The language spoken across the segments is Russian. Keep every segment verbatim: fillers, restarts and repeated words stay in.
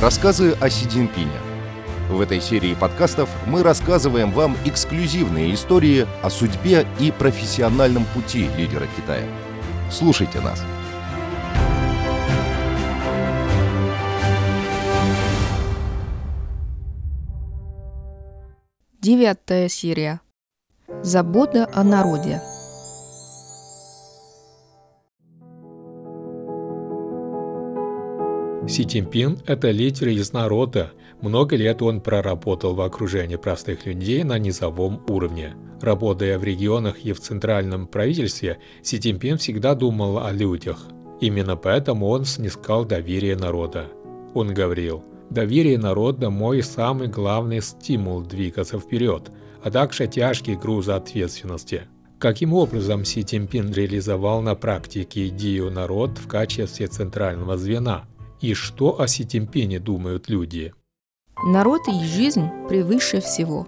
Рассказы о Си Цзиньпине. В этой серии подкастов мы рассказываем вам эксклюзивные истории о судьбе и профессиональном пути лидера Китая. Слушайте нас. Девятая серия. Забота о народе. Си Цзиньпин – это лидер из народа. Много лет он проработал в окружении простых людей на низовом уровне. Работая в регионах и в центральном правительстве, Си Цзиньпин всегда думал о людях. Именно поэтому он снискал доверие народа. Он говорил: «Доверие народа – мой самый главный стимул двигаться вперед, а также тяжкий груз ответственности». Каким образом Си Цзиньпин реализовал на практике идею «народ» в качестве центрального звена? И что о Си Цзиньпине думают люди? Народ и жизнь превыше всего.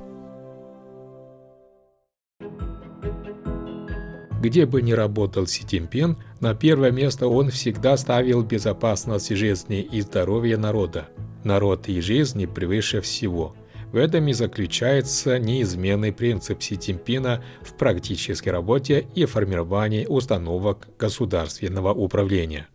Где бы ни работал Си Цзиньпин, на первое место он всегда ставил безопасность жизни и здоровья народа. Народ и жизнь превыше всего. В этом и заключается неизменный принцип Си Цзиньпина в практической работе и формировании установок государственного управления.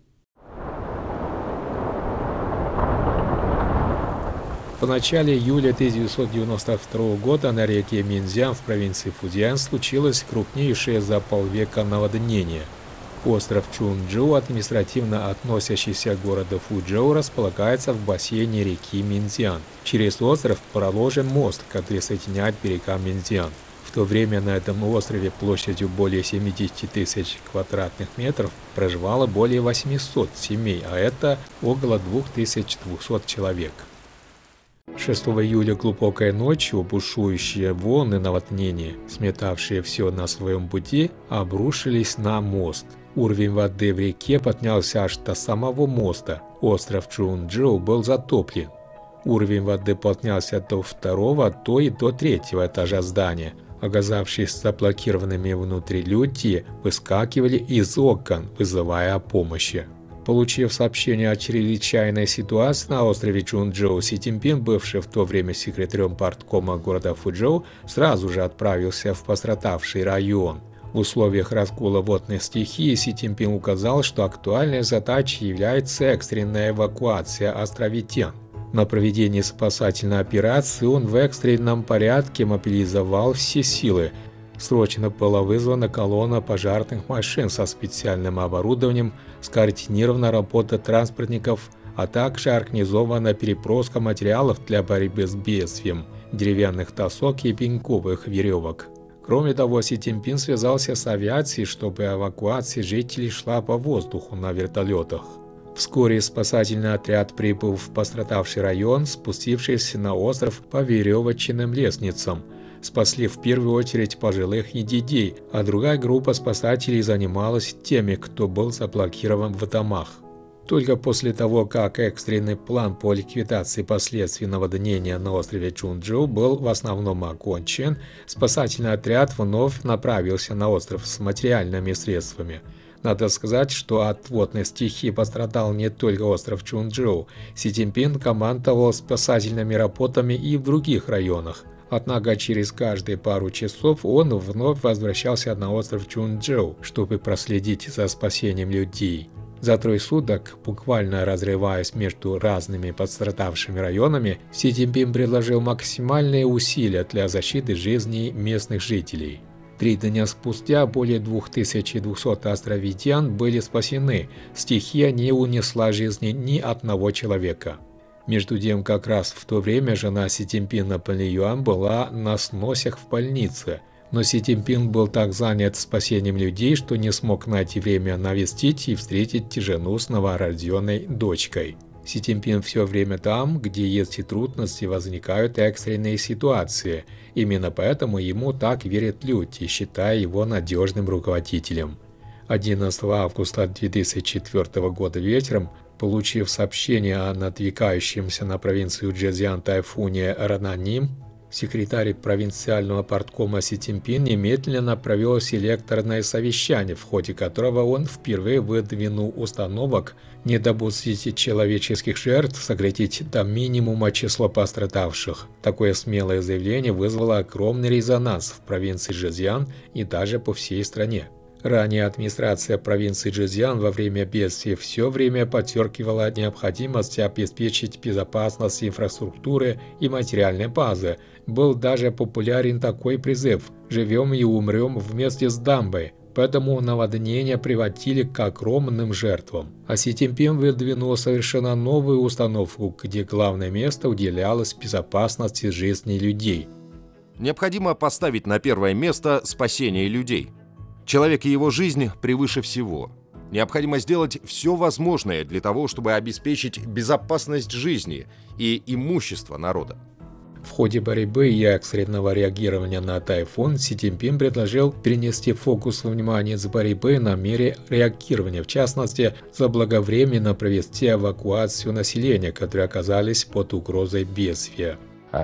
В начале июля тысяча девятьсот девяносто второго года на реке Минцзян в провинции Фудзянь случилось крупнейшее за полвека наводнение. Остров Чунчжоу, административно относящийся к городу Фучжоу, располагается в бассейне реки Минцзян. Через остров проложен мост, который соединяет берега Минцзян. В то время на этом острове площадью более семидесяти тысяч квадратных метров проживало более восьмисот семей, а это около двух тысяч двухсот человек. шестого июля глубокой ночью бушующие волны наводнения, сметавшие все на своем пути, обрушились на мост. Уровень воды в реке поднялся аж до самого моста. Остров Чунчжоу был затоплен. Уровень воды поднялся до второго, а то и до третьего этажа здания. Оказавшись заблокированными внутри, люди выскакивали из окон, вызывая о помощи. Получив сообщение о чрезвычайной ситуации на острове Чунчжоу, Си Цзиньпин, бывший в то время секретарем парткома города Фучжоу, сразу же отправился в пострадавший район. В условиях разгула водной стихии Си Цзиньпин указал, что актуальной задачей является экстренная эвакуация островитян. На проведение спасательной операции он в экстренном порядке мобилизовал все силы. Срочно была вызвана колонна пожарных машин со специальным оборудованием, скоординирована работа транспортников, а также организована переброска материалов для борьбы с бедствием, деревянных досок и пеньковых веревок. Кроме того, Си Цзиньпин связался с авиацией, чтобы эвакуация жителей шла по воздуху на вертолетах. Вскоре спасательный отряд прибыл в пострадавший район, спустившись на остров по веревочным лестницам. Спасли в первую очередь пожилых и детей, а другая группа спасателей занималась теми, кто был заблокирован в домах. Только после того, как экстренный план по ликвидации последствий наводнения на острове Чунчжоу был в основном окончен, спасательный отряд вновь направился на остров с материальными средствами. Надо сказать, что от водной стихии пострадал не только остров Чунчжоу. Си Цзиньпин командовал спасательными работами и в других районах. Однако через каждые пару часов он вновь возвращался на остров Чунчжоу, чтобы проследить за спасением людей. За трое суток, буквально разрываясь между разными пострадавшими районами, Си Цзиньпин предложил максимальные усилия для защиты жизни местных жителей. Три дня спустя более двух тысяч двухсот островитян были спасены. Стихия не унесла жизни ни одного человека. Между тем, как раз в то время жена Си Цзиньпина Пэн Лиюань была на сносях в больнице. Но Си Цзиньпин был так занят спасением людей, что не смог найти время навестить и встретить жену с новорожденной дочкой. Си Цзиньпин все время там, где есть трудности, возникают экстренные ситуации. Именно поэтому ему так верят люди, считая его надежным руководителем. одиннадцатого августа две тысячи четвёртого года вечером, получив сообщение о надвигающемся на провинцию Чжэцзян тайфуне Рананим, Секретарь провинциального парткома Си Цзиньпин немедленно провел селекторное совещание, в ходе которого он впервые выдвинул установок не допустить человеческих жертв, сократить до минимума число пострадавших. Такое смелое заявление вызвало огромный резонанс в провинции Чжэцзян и даже по всей стране. Ранее администрация провинции Чжэцзян во время бедствия все время подчеркивала необходимость обеспечить безопасность инфраструктуры и материальной базы. Был даже популярен такой призыв «Живем и умрем вместе с дамбой». Поэтому наводнения приводили к огромным жертвам. А Си Цзиньпин выдвинул совершенно новую установку, где главное место уделялось безопасности жизни людей. Необходимо поставить на первое место спасение людей. Человек и его жизнь превыше всего. Необходимо сделать все возможное для того, чтобы обеспечить безопасность жизни и имущества народа. В ходе борьбы и экстренного реагирования на тайфун Си Цзиньпин предложил перенести фокус внимания с борьбы на мере реагирования, в частности, заблаговременно провести эвакуацию населения, которые оказались под угрозой бедствия.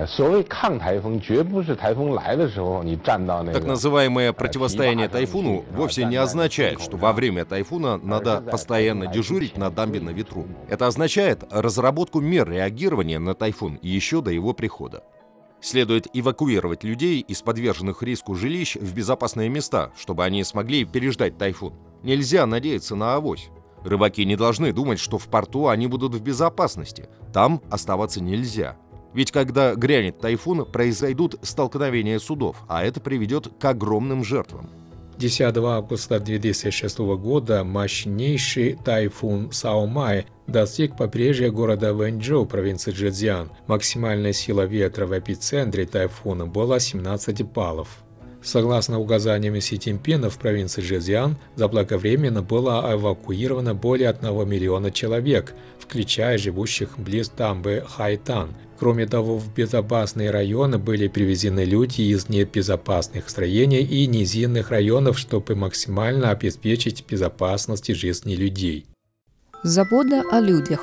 Так называемое противостояние тайфуну вовсе не означает, что во время тайфуна надо постоянно дежурить на дамбе на ветру. Это означает разработку мер реагирования на тайфун еще до его прихода. Следует эвакуировать людей из подверженных риску жилищ в безопасные места, чтобы они смогли переждать тайфун. Нельзя надеяться на авось. Рыбаки не должны думать, что в порту они будут в безопасности. Там оставаться нельзя. Ведь когда грянет тайфун, произойдут столкновения судов, а это приведет к огромным жертвам. десятого августа две тысячи шестого года мощнейший тайфун Саомай достиг побережья города Вэньчжоу, провинции Чжэцзян. Максимальная сила ветра в эпицентре тайфуна была семнадцать баллов. Согласно указаниям Си Цзиньпина, в провинции Чжэцзян заблаговременно было эвакуировано более одного миллиона человек, включая живущих близ дамбы Хайтан. Кроме того, в безопасные районы были привезены люди из небезопасных строений и низинных районов, чтобы максимально обеспечить безопасность жизни людей. Забота о людях.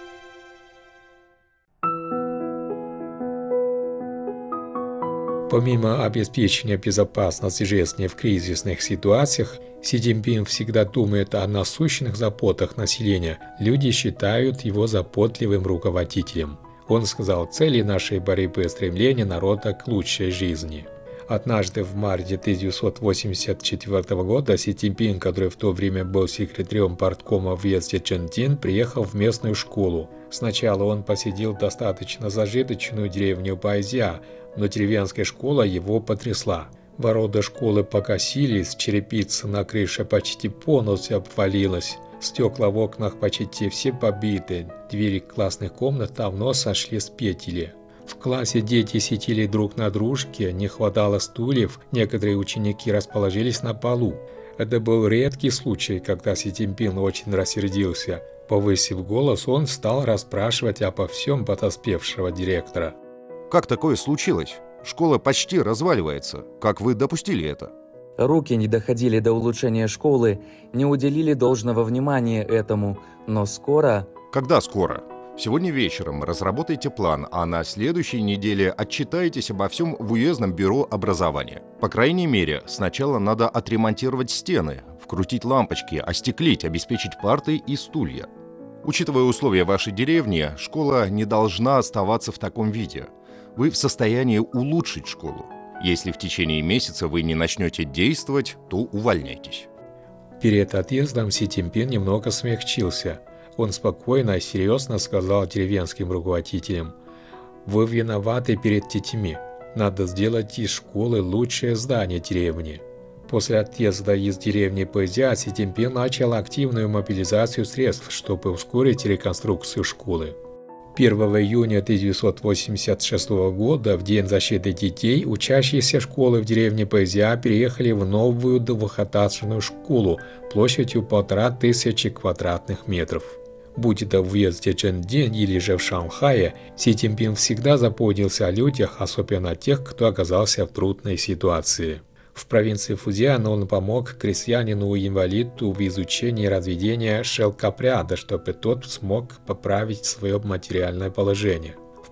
Помимо обеспечения безопасности жизни в кризисных ситуациях, Си Цзиньпин всегда думает о насущных заботах населения. Люди считают его заботливым руководителем. Он сказал: цели нашей борьбы – стремление народа к лучшей жизни. Однажды в марте тысяча девятьсот восемьдесят четвёртого года Си Цзиньпин, который в то время был секретарем парткома в уезде Чжэнтин, приехал в местную школу. Сначала он посетил достаточно зажиточную деревню Байзя, но деревенская школа его потрясла. Ворота школы покосились, черепица на крыше почти полностью обвалилась. Стекла в окнах почти все побиты, двери классных комнат давно сошли с петель. В классе дети сидели друг на дружке, не хватало стульев, некоторые ученики расположились на полу. Это был редкий случай, когда Си Цзиньпин очень рассердился. Повысив голос, он стал расспрашивать обо всем подоспевшего директора. Как такое случилось? Школа почти разваливается. Как вы допустили это? Руки не доходили до улучшения школы, не уделили должного внимания этому, но скоро... Когда скоро? Сегодня вечером разработайте план, а на следующей неделе отчитайтесь обо всем в уездном бюро образования. По крайней мере, сначала надо отремонтировать стены, вкрутить лампочки, остеклить, обеспечить парты и стулья. Учитывая условия вашей деревни, школа не должна оставаться в таком виде. Вы в состоянии улучшить школу. Если в течение месяца вы не начнете действовать, то увольняйтесь. Перед отъездом Си Цзиньпин немного смягчился. Он спокойно и серьезно сказал деревенским руководителям: «Вы виноваты перед детьми. Надо сделать из школы лучшее здание деревни». После отъезда из деревни Пэзя Си Цзиньпин начал активную мобилизацию средств, чтобы ускорить реконструкцию школы. первого июня тысяча девятьсот восемьдесят шестого года, в День защиты детей, учащиеся школы в деревне Пэзя переехали в новую двухэтажную школу площадью полтора тысячи квадратных метров. Будь это в уезде Чжэнтин или же в Шанхае, Си Цзиньпин всегда заботился о людях, особенно о тех, кто оказался в трудной ситуации. В провинции Фудзян он помог крестьянину-инвалиду в изучении разведения шелкопряда, чтобы тот смог поправить свое материальное положение. В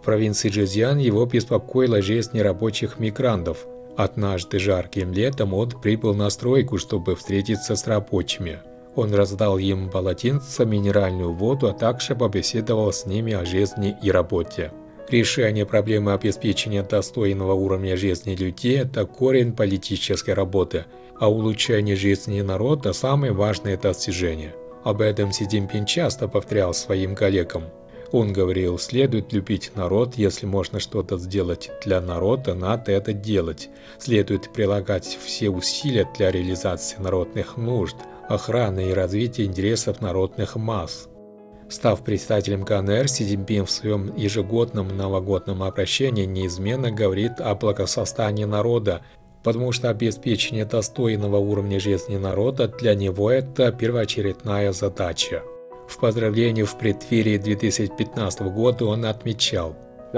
провинции Чжэцзян его беспокоила жизнь нерабочих мигрантов. Однажды жарким летом он прибыл на стройку, чтобы встретиться с рабочими. Он раздал им полотенце, минеральную воду, а также побеседовал с ними о жизни и работе. Решение проблемы обеспечения достойного уровня жизни людей – это корень политической работы, а улучшение жизни народа – самое важное достижение. Об этом Си Цзиньпин часто повторял своим коллегам. Он говорил, следует любить народ, если можно что-то сделать для народа, надо это делать. Следует прилагать все усилия для реализации народных нужд, охраны и развития интересов народных масс. Став председателем ка эн эр, Си Цзиньпин в своем ежегодном новогодном обращении неизменно говорит о благосостоянии народа, потому что обеспечение достойного уровня жизни народа для него – это первоочередная задача. В поздравлении в преддверии две тысячи пятнадцатого года он отмечал: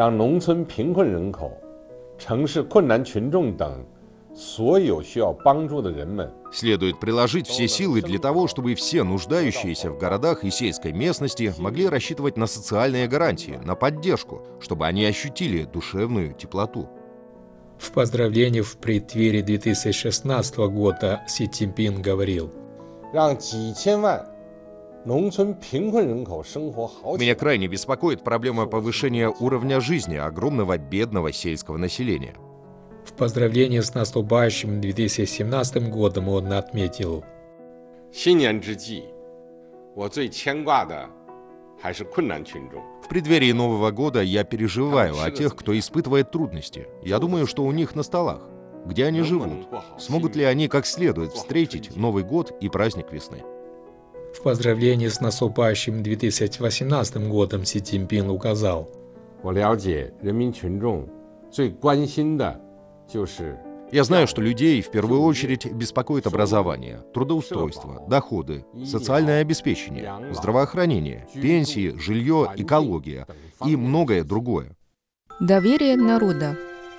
следует приложить все силы для того, чтобы все нуждающиеся в городах и сельской местности могли рассчитывать на социальные гарантии, на поддержку, чтобы они ощутили душевную теплоту. В поздравлении в преддверии две тысячи шестнадцатого года Си Цзиньпин говорил: меня крайне беспокоит проблема повышения уровня жизни огромного бедного сельского населения. В поздравлении с наступающим две тысячи семнадцатым годом он отметил: в преддверии Нового года я переживаю о тех, кто испытывает трудности. Я думаю, что у них на столах. Где они живут? Смогут ли они как следует встретить Новый год и праздник весны? В поздравлении с наступающим две тысячи восемнадцатым годом Си Цзиньпин указал: я знаю, что людей в первую очередь беспокоит образование, трудоустройство, доходы, социальное обеспечение, здравоохранение, пенсии, жилье, экология и многое другое. Доверие народа.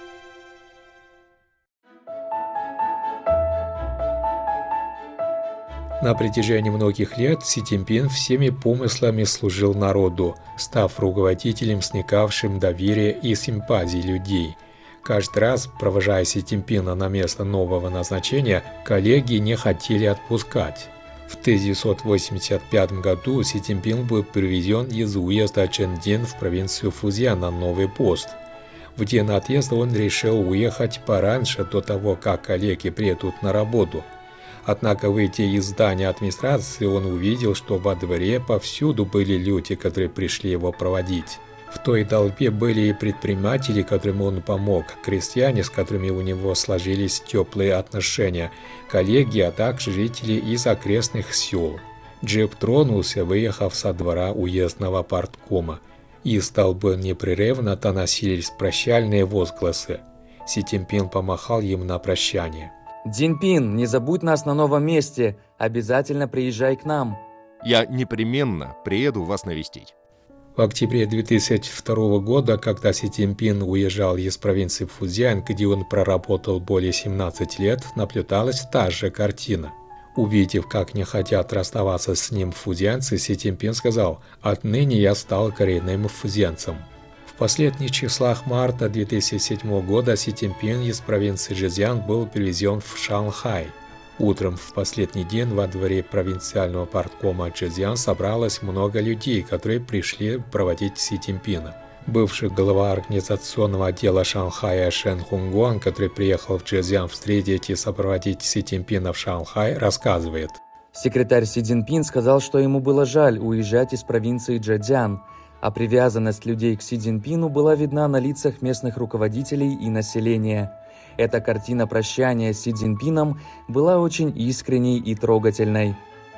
На протяжении многих лет Си Цзиньпин всеми помыслами служил народу, став руководителем, снискавшим доверие и симпатии людей. Каждый раз, провожая Си Цзиньпина на место нового назначения, коллеги не хотели отпускать. В тысяча девятьсот восемьдесят пятом году Си Цзиньпин был переведен из уезда Чжэндин в провинцию Фудзян на новый пост. В день отъезда он решил уехать пораньше, до того, как коллеги приедут на работу. Однако, выйдя из здания администрации, он увидел, что во дворе повсюду были люди, которые пришли его проводить. В той толпе были и предприниматели, которым он помог, крестьяне, с которыми у него сложились теплые отношения, коллеги, а также жители из окрестных сел. Джип тронулся, выехав со двора уездного парткома. Из толпы непрерывно доносились прощальные возгласы. Си Цзиньпин помахал им на прощание. Цзиньпин, не забудь нас на новом месте, обязательно приезжай к нам. Я непременно приеду вас навестить. В октябре две тысячи второго года, когда Си Цзиньпин уезжал из провинции Фудзянь, где он проработал более семнадцати лет, наблюдалась та же картина. Увидев, как не хотят расставаться с ним фудзянцы, Си Цзиньпин сказал: «Отныне я стал коренным фудзянцем». В последних числах марта две тысячи седьмого года Си Цзиньпин из провинции Чжэцзян был перевезен в Шанхай. Утром в последний день во дворе провинциального парткома Чжэцзян собралось много людей, которые пришли проводить Си Цзиньпина. Бывший глава организационного отдела Шанхая Шэн Хунгуан, который приехал в Чжэцзян встретить и сопроводить Си Цзиньпина в Шанхай, рассказывает: секретарь Си Цзиньпин сказал, что ему было жаль уезжать из провинции Чжэцзян, а привязанность людей к Си Цзиньпину была видна на лицах местных руководителей и населения. Эта картина прощания с Си Цзиньпином была очень искренней и трогательной.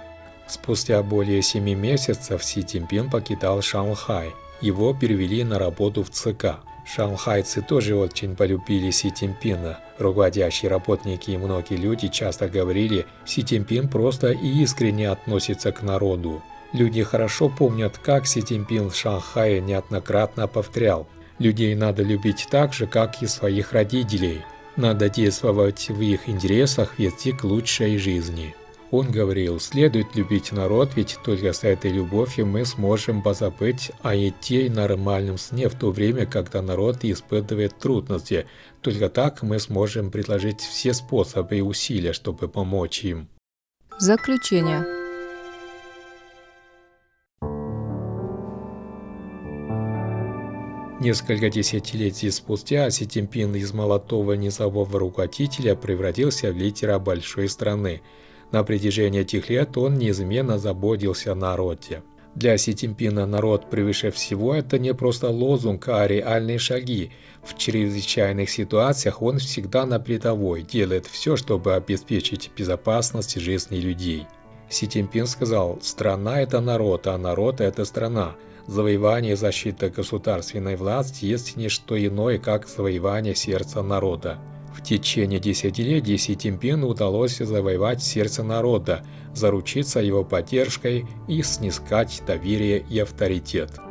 Спустя более семи месяцев Си Цзиньпин покидал Шанхай. Его перевели на работу в ЦК. Шанхайцы тоже очень полюбили Си Цзиньпина. Руководящие работники и многие люди часто говорили: Си Цзиньпин просто и искренне относится к народу. Люди хорошо помнят, как Си Цзиньпин в Шанхае неоднократно повторял: людей надо любить так же, как и своих родителей. Надо действовать в их интересах, вести к лучшей жизни. Он говорил, следует любить народ, ведь только с этой любовью мы сможем позабыть о еде и нормальном сне в то время, когда народ испытывает трудности. Только так мы сможем предложить все способы и усилия, чтобы помочь им. Заключение. Несколько десятилетий спустя Си Цзиньпин из молодого низового руководителя превратился в лидера большой страны. На протяжении этих лет он неизменно заботился о народе. Для Си Цзиньпина народ превыше всего – это не просто лозунг, а реальные шаги. В чрезвычайных ситуациях он всегда на передовой, делает все, чтобы обеспечить безопасность жизни людей. Си Цзиньпин сказал: «Страна – это народ, а народ – это страна. Завоевание и защита государственной власти есть не что иное, как завоевание сердца народа». В течение десятилетий Си Цзиньпину удалось завоевать сердце народа, заручиться его поддержкой и снискать доверие и авторитет.